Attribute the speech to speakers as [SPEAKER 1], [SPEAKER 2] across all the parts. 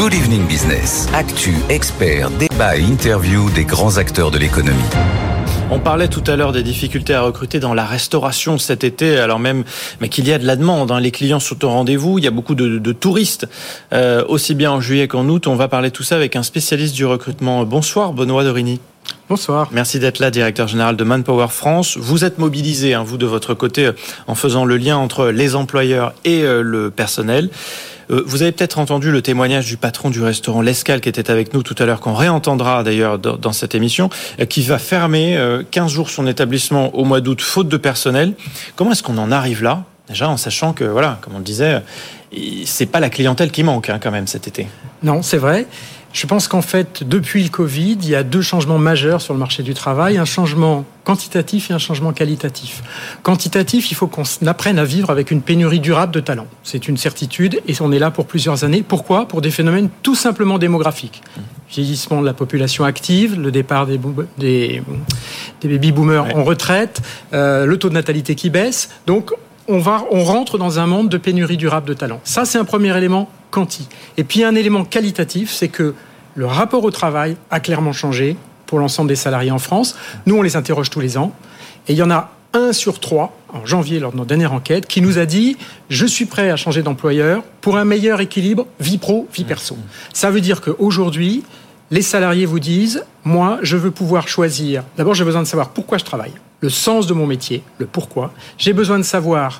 [SPEAKER 1] Good Evening Business. Actu, experts, débat et interview des grands acteurs de l'économie.
[SPEAKER 2] On parlait tout à l'heure des difficultés à recruter dans la restauration cet été, alors même qu'il y a de la demande. Les clients sont au rendez-vous, il y a beaucoup de touristes, aussi bien en juillet qu'en août. On va parler de tout ça avec un spécialiste du recrutement. Bonsoir Benoît Dorigny.
[SPEAKER 3] Bonsoir.
[SPEAKER 2] Merci d'être là, directeur général de Manpower France. Vous êtes mobilisé, vous de votre côté, en faisant le lien entre les employeurs et le personnel. Vous avez peut-être entendu le témoignage du patron du restaurant L'Escale qui était avec nous tout à l'heure, qu'on réentendra d'ailleurs dans cette émission, qui va fermer 15 jours son établissement au mois d'août, faute de personnel. Comment est-ce qu'on en arrive là ? Déjà en sachant que, voilà, comme on le disait, c'est pas la clientèle qui manque quand même cet été.
[SPEAKER 3] Non, c'est vrai. Je pense qu'en fait, depuis le Covid, il y a deux changements majeurs sur le marché du travail, un changement quantitatif et un changement qualitatif. Quantitatif, il faut qu'on apprenne à vivre avec une pénurie durable de talents. C'est une certitude et on est là pour plusieurs années. Pourquoi ? Pour des phénomènes tout simplement démographiques. Vieillissement de la population active, le départ des baby-boomers en retraite, le taux de natalité qui baisse. Donc, on rentre dans un monde de pénurie durable de talents. Ça, c'est un premier élément quanti. Et puis, un élément qualitatif, c'est que le rapport au travail a clairement changé pour l'ensemble des salariés en France. Nous, on les interroge tous les ans. Et il y en a 1 sur 3, en janvier, lors de notre dernière enquête, qui nous a dit « Je suis prêt à changer d'employeur pour un meilleur équilibre vie pro, vie perso ». Ça veut dire qu'aujourd'hui, les salariés vous disent « Moi, je veux pouvoir choisir. D'abord, j'ai besoin de savoir pourquoi je travaille, le sens de mon métier, le pourquoi. J'ai besoin de savoir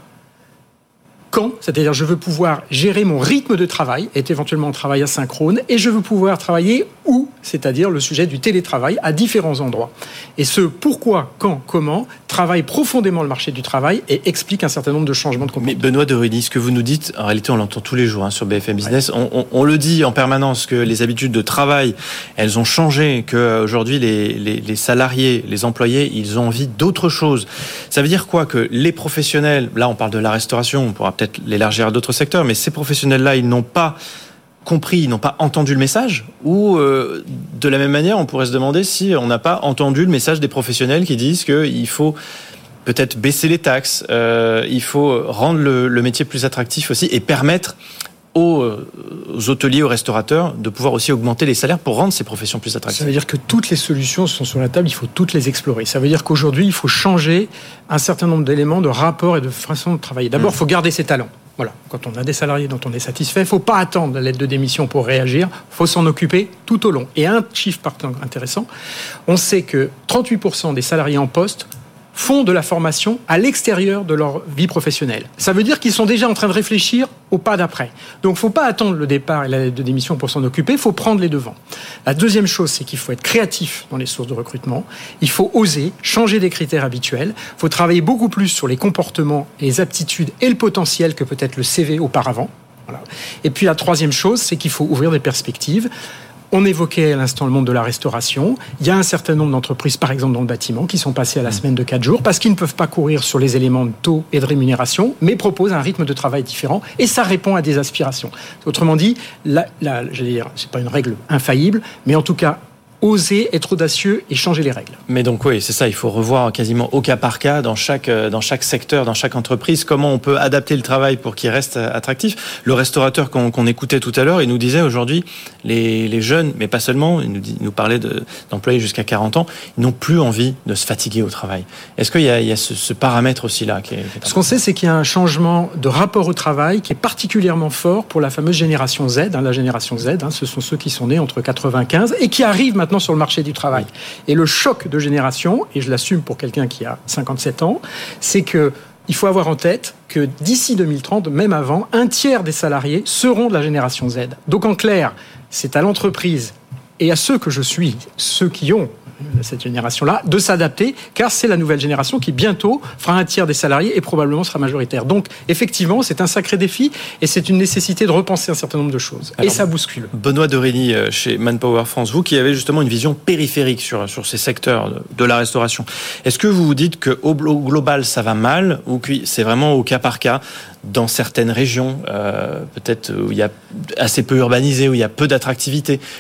[SPEAKER 3] quand, c'est-à-dire je veux pouvoir gérer mon rythme de travail, et éventuellement un travail asynchrone, et je veux pouvoir travailler où, c'est-à-dire le sujet du télétravail à différents endroits. Et ce pourquoi, quand, comment, travaille profondément le marché du travail et explique un certain nombre de changements de comportement.
[SPEAKER 2] Mais Benoît Dorigny, ce que vous nous dites, en réalité on l'entend tous les jours sur BFM Business, on le dit en permanence que les habitudes de travail, elles ont changé, qu'aujourd'hui les salariés, les employés, ils ont envie d'autre chose. Ça veut dire quoi ? Que les professionnels, là on parle de la restauration, on pourra peut-être l'élargir à d'autres secteurs, mais ces professionnels-là, ils n'ont pas compris, ils n'ont pas entendu le message, ou de la même manière, on pourrait se demander si on n'a pas entendu le message des professionnels qui disent qu'il faut peut-être baisser les taxes, il faut rendre le métier plus attractif aussi et permettre aux hôteliers, aux restaurateurs de pouvoir aussi augmenter les salaires pour rendre ces professions plus attractives.
[SPEAKER 3] Ça veut dire que toutes les solutions sont sur la table, il faut toutes les explorer. Ça veut dire qu'aujourd'hui, il faut changer un certain nombre d'éléments de rapport et de façon de travailler. D'abord, il faut garder ses talents. Voilà. Quand on a des salariés dont on est satisfait, il ne faut pas attendre la lettre de démission pour réagir, il faut s'en occuper tout au long. Et un chiffre intéressant, on sait que 38% des salariés en poste font de la formation à l'extérieur de leur vie professionnelle. Ça veut dire qu'ils sont déjà en train de réfléchir au pas d'après. Donc, il ne faut pas attendre le départ et la lettre de démission pour s'en occuper, il faut prendre les devants. La deuxième chose, c'est qu'il faut être créatif dans les sources de recrutement. Il faut oser changer des critères habituels. Il faut travailler beaucoup plus sur les comportements, les aptitudes et le potentiel que peut-être le CV auparavant. Voilà. Et puis, la troisième chose, c'est qu'il faut ouvrir des perspectives. On évoquait à l'instant le monde de la restauration. Il y a un certain nombre d'entreprises, par exemple dans le bâtiment, qui sont passées à la semaine de 4 jours parce qu'ils ne peuvent pas courir sur les éléments de taux et de rémunération, mais proposent un rythme de travail différent et ça répond à des aspirations. Autrement dit, j'allais dire, c'est pas une règle infaillible, mais en tout cas, oser être audacieux et changer les règles.
[SPEAKER 2] Mais donc oui, c'est ça, il faut revoir quasiment au cas par cas dans chaque secteur, dans chaque entreprise, comment on peut adapter le travail pour qu'il reste attractif. Le restaurateur qu'on écoutait tout à l'heure, il nous disait aujourd'hui, les jeunes, mais pas seulement, il nous parlait d'employés jusqu'à 40 ans, ils n'ont plus envie de se fatiguer au travail. Est-ce qu'il y a ce paramètre aussi là qui est
[SPEAKER 3] Ce qu'on sait, c'est qu'il y a un changement de rapport au travail qui est particulièrement fort pour la fameuse génération Z. La génération Z, ce sont ceux qui sont nés entre 95 et qui arrivent maintenant sur le marché du travail. Et le choc de génération, et je l'assume pour quelqu'un qui a 57 ans, c'est que il faut avoir en tête que d'ici 2030, même avant, 1/3 des salariés seront de la génération Z. Donc en clair, c'est à l'entreprise et à ceux que je suis, ceux qui ont cette génération-là, de s'adapter, car c'est la nouvelle génération qui bientôt fera 1/3 des salariés et probablement sera majoritaire. Donc, effectivement, c'est un sacré défi et c'est une nécessité de repenser un certain nombre de choses. Alors, et ça bouscule.
[SPEAKER 2] Benoît Dorigny, chez Manpower France, vous qui avez justement une vision périphérique sur ces secteurs de la restauration, est-ce que vous vous dites qu'au global, ça va mal ou que c'est vraiment au cas par cas dans certaines régions, peut-être où il y a assez peu urbanisé, où il y a peu d'attractivité?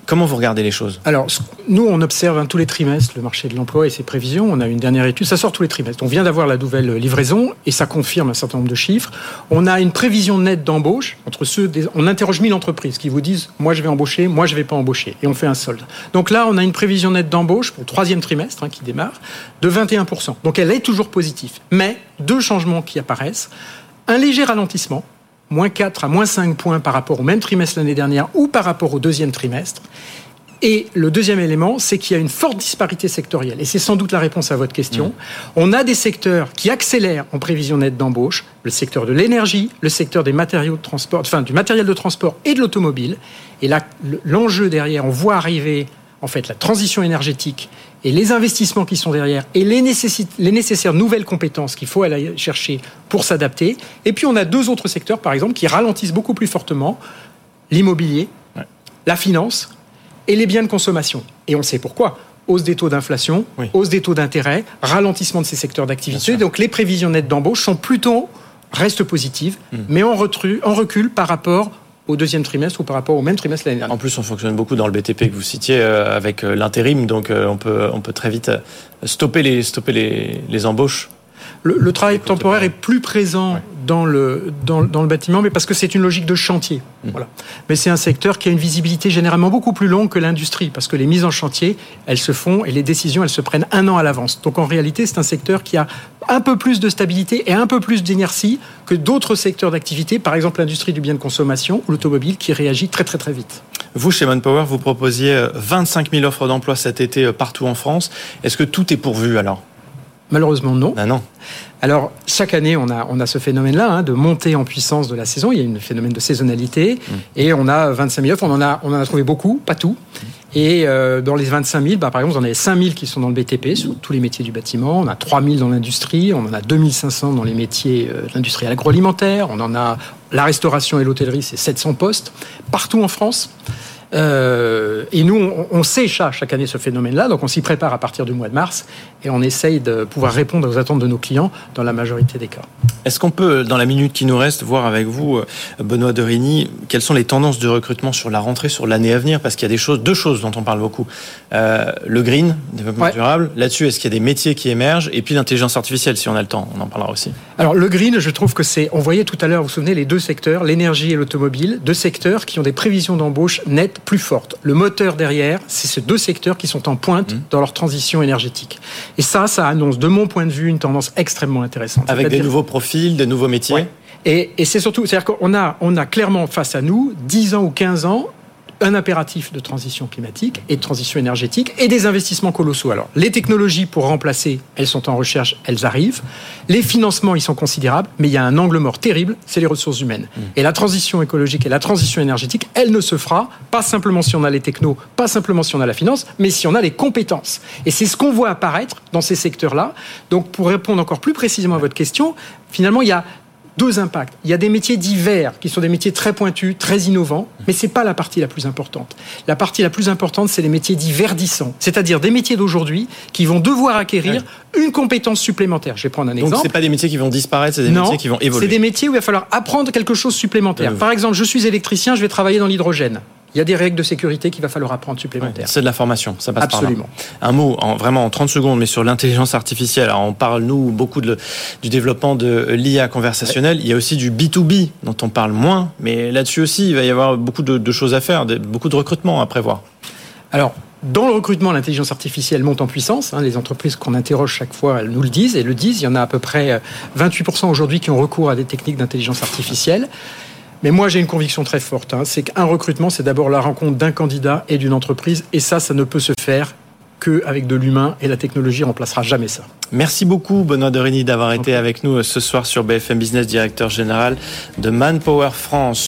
[SPEAKER 2] Comment vous regardez les choses ?
[SPEAKER 3] Alors, nous, on observe tous les trimestres le marché de l'emploi et ses prévisions. On a une dernière étude, ça sort tous les trimestres. On vient d'avoir la nouvelle livraison et ça confirme un certain nombre de chiffres. On a une prévision nette d'embauche entre on interroge 1000 entreprises qui vous disent « moi, je vais embaucher, moi, je ne vais pas embaucher ». Et on fait un solde. Donc là, on a une prévision nette d'embauche pour le 3e trimestre qui démarre de 21%. Donc elle est toujours positive. Mais 2 changements qui apparaissent. Un léger ralentissement, moins 4 à moins 5 points par rapport au même trimestre l'année dernière ou par rapport au 2e trimestre. Et le deuxième élément, c'est qu'il y a une forte disparité sectorielle. Et c'est sans doute la réponse à votre question. On a des secteurs qui accélèrent en prévision nette d'embauche. Le secteur de l'énergie, le secteur des matériaux de transport, du matériel de transport et de l'automobile. Et là, l'enjeu derrière, on voit arriver en fait la transition énergétique et les investissements qui sont derrière et les nécessaires nouvelles compétences qu'il faut aller chercher pour s'adapter. Et puis on a 2 autres secteurs, par exemple, qui ralentissent beaucoup plus fortement. L'immobilier, la finance et les biens de consommation. Et on sait pourquoi. Hausse des taux d'inflation, hausse des taux d'intérêt, ralentissement de ces secteurs d'activité. Donc les prévisions nettes d'embauche restent positives, mais en recul par rapport au 2e trimestre ou par rapport au même trimestre l'année dernière.
[SPEAKER 2] En plus, on fonctionne beaucoup dans le BTP que vous citiez avec l'intérim, donc on peut très vite stopper les embauches.
[SPEAKER 3] Le travail temporaire est plus présent dans le bâtiment, mais parce que c'est une logique de chantier. Voilà. Mais c'est un secteur qui a une visibilité généralement beaucoup plus longue que l'industrie, parce que les mises en chantier, elles se font et les décisions, elles se prennent 1 an à l'avance. Donc en réalité, c'est un secteur qui a un peu plus de stabilité et un peu plus d'inertie que d'autres secteurs d'activité, par exemple l'industrie du bien de consommation ou l'automobile qui réagit très très très vite.
[SPEAKER 2] Vous, chez Manpower, vous proposiez 25 000 offres d'emploi cet été partout en France. Est-ce que tout est pourvu alors ?
[SPEAKER 3] Malheureusement, non.
[SPEAKER 2] Ah non.
[SPEAKER 3] Alors, chaque année, on a ce phénomène-là, de montée en puissance de la saison. Il y a un phénomène de saisonnalité. Et on a 25 000 offres. On en a trouvé beaucoup, pas tout. Et dans les 25 000, par exemple, on en a 5 000 qui sont dans le BTP, sur tous les métiers du bâtiment. On a 3 000 dans l'industrie. On en a 2 500 dans les métiers de l'industrie agroalimentaire. On en a la restauration et l'hôtellerie, c'est 700 postes. Partout en France. Et nous, on sait chaque année ce phénomène-là, donc on s'y prépare à partir du mois de mars et on essaye de pouvoir répondre aux attentes de nos clients dans la majorité des cas.
[SPEAKER 2] Est-ce qu'on peut, dans la minute qui nous reste, voir avec vous, Benoît Derigny, quelles sont les tendances de recrutement sur la rentrée, sur l'année à venir ? Parce qu'il y a 2 choses dont on parle beaucoup. Le green, développement durable, là-dessus, est-ce qu'il y a des métiers qui émergent ? Et puis l'intelligence artificielle, si on a le temps, on en parlera aussi. Alors
[SPEAKER 3] le green, je trouve que on voyait tout à l'heure, vous vous souvenez, les 2 secteurs, l'énergie et l'automobile, 2 secteurs qui ont des prévisions d'embauche nettes plus forte. Le moteur derrière, c'est ces 2 secteurs qui sont en pointe dans leur transition énergétique. Et ça annonce, de mon point de vue, une tendance extrêmement intéressante.
[SPEAKER 2] Avec des nouveaux profils, des nouveaux métiers.
[SPEAKER 3] Ouais. Et c'est surtout, c'est-à-dire qu'on a clairement face à nous, 10 ans ou 15 ans, un impératif de transition climatique et de transition énergétique et des investissements colossaux. Alors, les technologies pour remplacer, elles sont en recherche, elles arrivent. Les financements, ils sont considérables, mais il y a un angle mort terrible, c'est les ressources humaines. Et la transition écologique et la transition énergétique, elle ne se fera pas simplement si on a les technos, pas simplement si on a la finance, mais si on a les compétences. Et c'est ce qu'on voit apparaître dans ces secteurs-là. Donc, pour répondre encore plus précisément à votre question, finalement, il y a 2 impacts. Il y a des métiers divers qui sont des métiers très pointus, très innovants, mais c'est pas la partie la plus importante. La partie la plus importante, c'est les métiers dits verdissants, c'est-à-dire des métiers d'aujourd'hui qui vont devoir acquérir une compétence supplémentaire. Je vais prendre un exemple.
[SPEAKER 2] Donc c'est pas des métiers qui vont disparaître, c'est des métiers qui vont évoluer.
[SPEAKER 3] C'est des métiers où il va falloir apprendre quelque chose supplémentaire. Par exemple, je suis électricien, je vais travailler dans l'hydrogène. Il y a des règles de sécurité qu'il va falloir apprendre supplémentaires.
[SPEAKER 2] C'est de la formation, ça passe
[SPEAKER 3] Absolument.
[SPEAKER 2] par là. Un mot, vraiment en 30 secondes, mais sur l'intelligence artificielle. Alors, on parle, nous, beaucoup du développement de l'IA conversationnelle. Il y a aussi du B2B, dont on parle moins, mais là-dessus aussi, il va y avoir beaucoup de choses à faire, beaucoup de recrutement à prévoir.
[SPEAKER 3] Alors, dans le recrutement, l'intelligence artificielle monte en puissance. Les entreprises qu'on interroge chaque fois, elles nous le disent, et le disent. Il y en a à peu près 28% aujourd'hui qui ont recours à des techniques d'intelligence artificielle. Mais moi, j'ai une conviction très forte. C'est qu'un recrutement, c'est d'abord la rencontre d'un candidat et d'une entreprise. Et ça ne peut se faire qu'avec de l'humain. Et la technologie ne remplacera jamais ça.
[SPEAKER 2] Merci beaucoup, Benoît Derigny, d'avoir été avec nous ce soir sur BFM Business, directeur général de Manpower France.